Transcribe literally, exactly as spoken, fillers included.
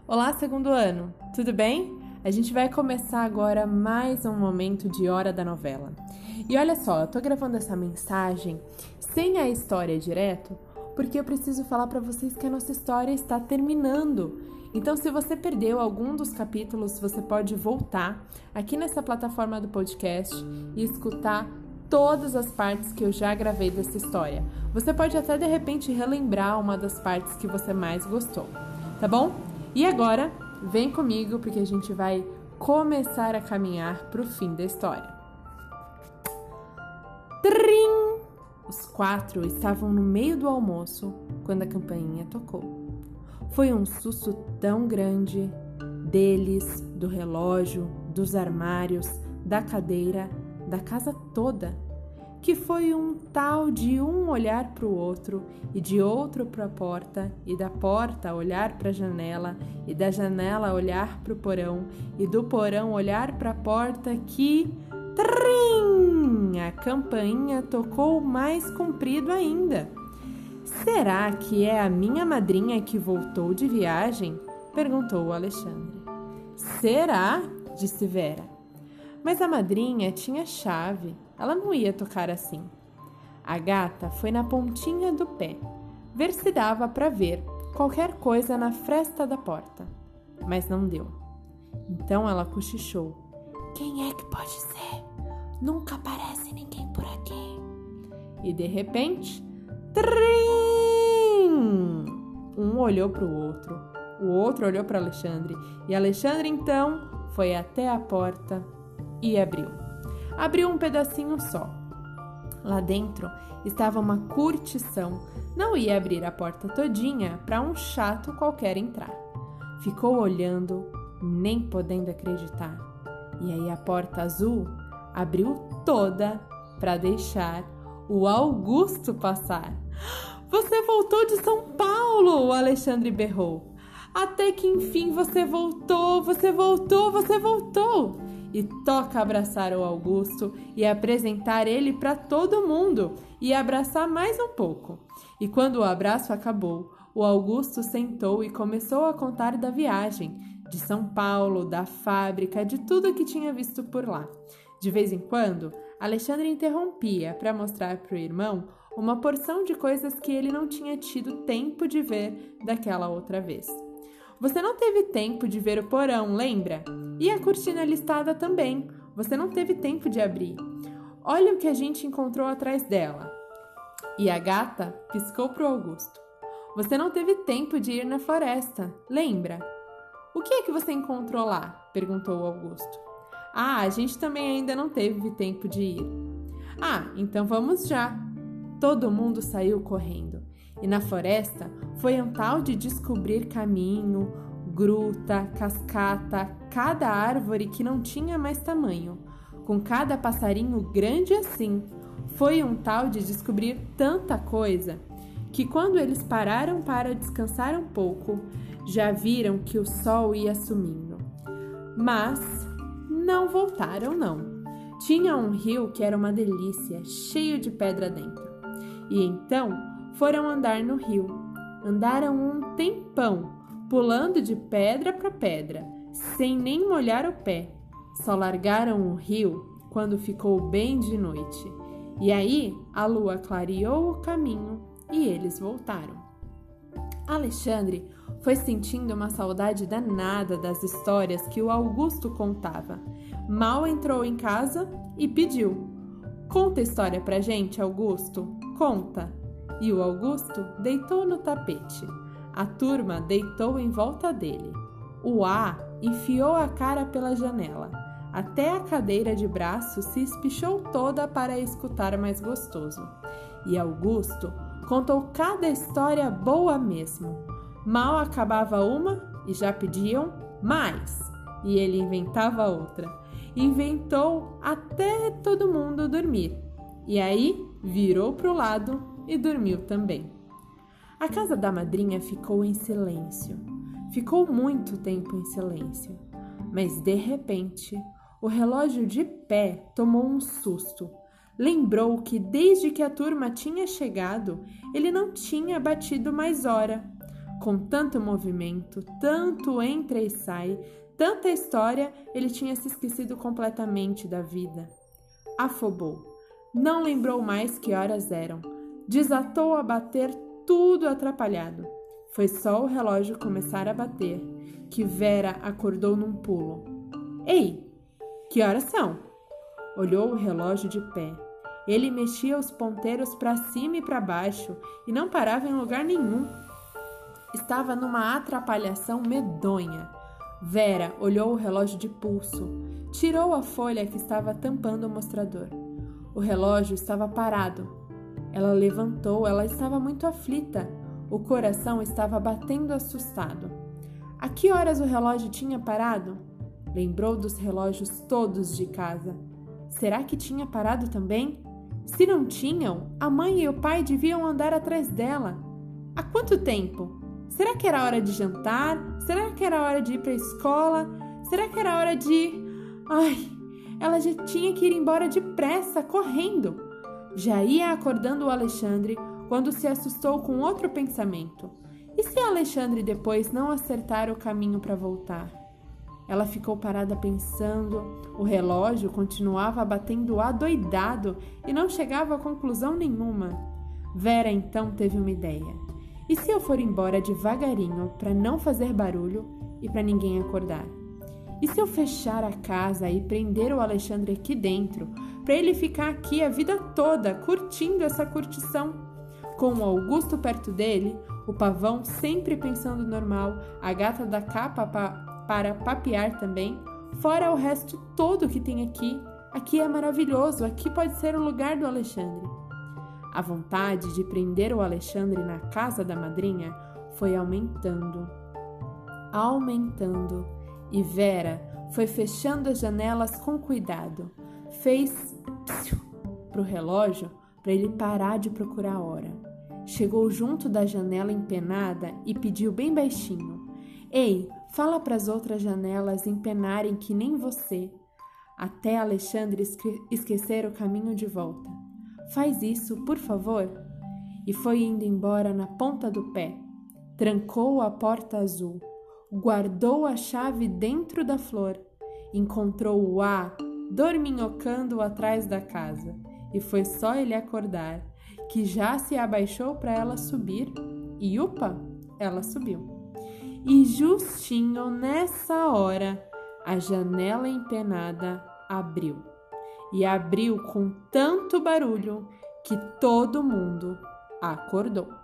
Olá, segundo ano, tudo bem? A gente vai começar agora mais um momento de Hora da Novela. E olha só, eu tô gravando essa mensagem sem a história direto, porque eu preciso falar para vocês que a nossa história está terminando. Então, se você perdeu algum dos capítulos, você pode voltar aqui nessa plataforma do podcast e escutar todas as partes que eu já gravei dessa história. Você pode até, de repente, relembrar uma das partes que você mais gostou, tá bom? E agora, vem comigo porque a gente vai começar a caminhar para o fim da história. Trim! Os quatro estavam no meio do almoço quando a campainha tocou. Foi um susto tão grande deles, do relógio, dos armários, da cadeira, da casa toda, que foi um tal de um olhar para o outro e de outro para a porta e da porta olhar para a janela e da janela olhar para o porão e do porão olhar para a porta que... Trim! A campainha tocou mais comprido ainda. Será que é a minha madrinha que voltou de viagem? Perguntou o Alexandre. Será? Disse Vera. Mas a madrinha tinha chave. Ela não ia tocar assim. A gata foi na pontinha do pé, ver se dava para ver qualquer coisa na fresta da porta, mas não deu. Então ela cochichou. Quem é que pode ser? Nunca aparece ninguém por aqui. E de repente, trim! Um olhou para o outro, o outro olhou para Alexandre, e Alexandre então foi até a porta e abriu. Abriu um pedacinho só. Lá dentro estava uma curtição. Não ia abrir a porta todinha para um chato qualquer entrar. Ficou olhando, nem podendo acreditar. E aí a porta azul abriu toda para deixar o Augusto passar. Você voltou de São Paulo, o Alexandre berrou. Até que enfim você voltou, você voltou, você voltou. E toca abraçar o Augusto e apresentar ele para todo mundo e abraçar mais um pouco. E quando o abraço acabou, o Augusto sentou e começou a contar da viagem, de São Paulo, da fábrica, de tudo que tinha visto por lá. De vez em quando, Alexandre interrompia para mostrar para o irmão uma porção de coisas que ele não tinha tido tempo de ver daquela outra vez. Você não teve tempo de ver o porão, lembra? E a cortina listada também. Você não teve tempo de abrir. Olha o que a gente encontrou atrás dela. E a gata piscou para o Augusto. Você não teve tempo de ir na floresta, lembra? O que é que você encontrou lá? Perguntou o Augusto. Ah, a gente também ainda não teve tempo de ir. Ah, então vamos já. Todo mundo saiu correndo. E na floresta foi um tal de descobrir caminho, gruta, cascata, cada árvore que não tinha mais tamanho, com cada passarinho grande assim. Foi um tal de descobrir tanta coisa que quando eles pararam para descansar um pouco, já viram que o sol ia sumindo. Mas não voltaram não. Tinha um rio que era uma delícia, cheio de pedra dentro. E então foram andar no rio. Andaram um tempão, pulando de pedra para pedra, sem nem molhar o pé. Só largaram o rio quando ficou bem de noite. E aí a lua clareou o caminho e eles voltaram. Alexandre foi sentindo uma saudade danada das histórias que o Augusto contava. Mal entrou em casa e pediu. Conta a história pra gente, Augusto. Conta. E o Augusto deitou no tapete. A turma deitou em volta dele. O A enfiou a cara pela janela. Até a cadeira de braço se espichou toda para escutar mais gostoso. E Augusto contou cada história boa mesmo. Mal acabava uma e já pediam mais. E ele inventava outra. Inventou até todo mundo dormir. E aí virou para o lado e dormiu também. A casa da madrinha ficou em silêncio. Ficou muito tempo em silêncio. Mas, de repente, o relógio de pé tomou um susto. Lembrou que, desde que a turma tinha chegado, ele não tinha batido mais hora. Com tanto movimento, tanto entra e sai, tanta história, ele tinha se esquecido completamente da vida. Afobou. Não lembrou mais que horas eram. Desatou a bater, tudo atrapalhado. Foi só o relógio começar a bater, que Vera acordou num pulo. Ei, que horas são? Olhou o relógio de pé. Ele mexia os ponteiros para cima e para baixo e não parava em lugar nenhum. Estava numa atrapalhação medonha. Vera olhou o relógio de pulso. Tirou a folha que estava tampando o mostrador. O relógio estava parado. Ela levantou, ela estava muito aflita. O coração estava batendo assustado. A que horas o relógio tinha parado? Lembrou dos relógios todos de casa. Será que tinha parado também? Se não tinham, a mãe e o pai deviam andar atrás dela. Há quanto tempo? Será que era hora de jantar? Será que era hora de ir para a escola? Será que era hora de... Ai, ela já tinha que ir embora depressa, correndo. Já ia acordando o Alexandre quando se assustou com outro pensamento. E se Alexandre depois não acertar o caminho para voltar? Ela ficou parada pensando. O relógio continuava batendo adoidado e não chegava a conclusão nenhuma. Vera então teve uma ideia. E se eu for embora devagarinho para não fazer barulho e para ninguém acordar? E se eu fechar a casa e prender o Alexandre aqui dentro, para ele ficar aqui a vida toda curtindo essa curtição? Com o Augusto perto dele, o pavão sempre pensando normal, a gata da capa pa- para papear também, fora o resto todo que tem aqui. Aqui é maravilhoso, aqui pode ser o lugar do Alexandre. A vontade de prender o Alexandre na casa da madrinha foi aumentando, aumentando, e Vera foi fechando as janelas com cuidado. Fez psiu pro relógio para ele parar de procurar a hora. Chegou junto da janela empenada e pediu bem baixinho: Ei, fala para as outras janelas empenarem que nem você, até Alexandre esque- esquecer o caminho de volta. Faz isso, por favor. E foi indo embora na ponta do pé. Trancou a porta azul. Guardou a chave dentro da flor. Encontrou o A dorminhocando atrás da casa. E foi só ele acordar, que já se abaixou para ela subir. E upa, ela subiu. E justinho nessa hora, a janela empenada abriu. E abriu com tanto barulho que todo mundo acordou.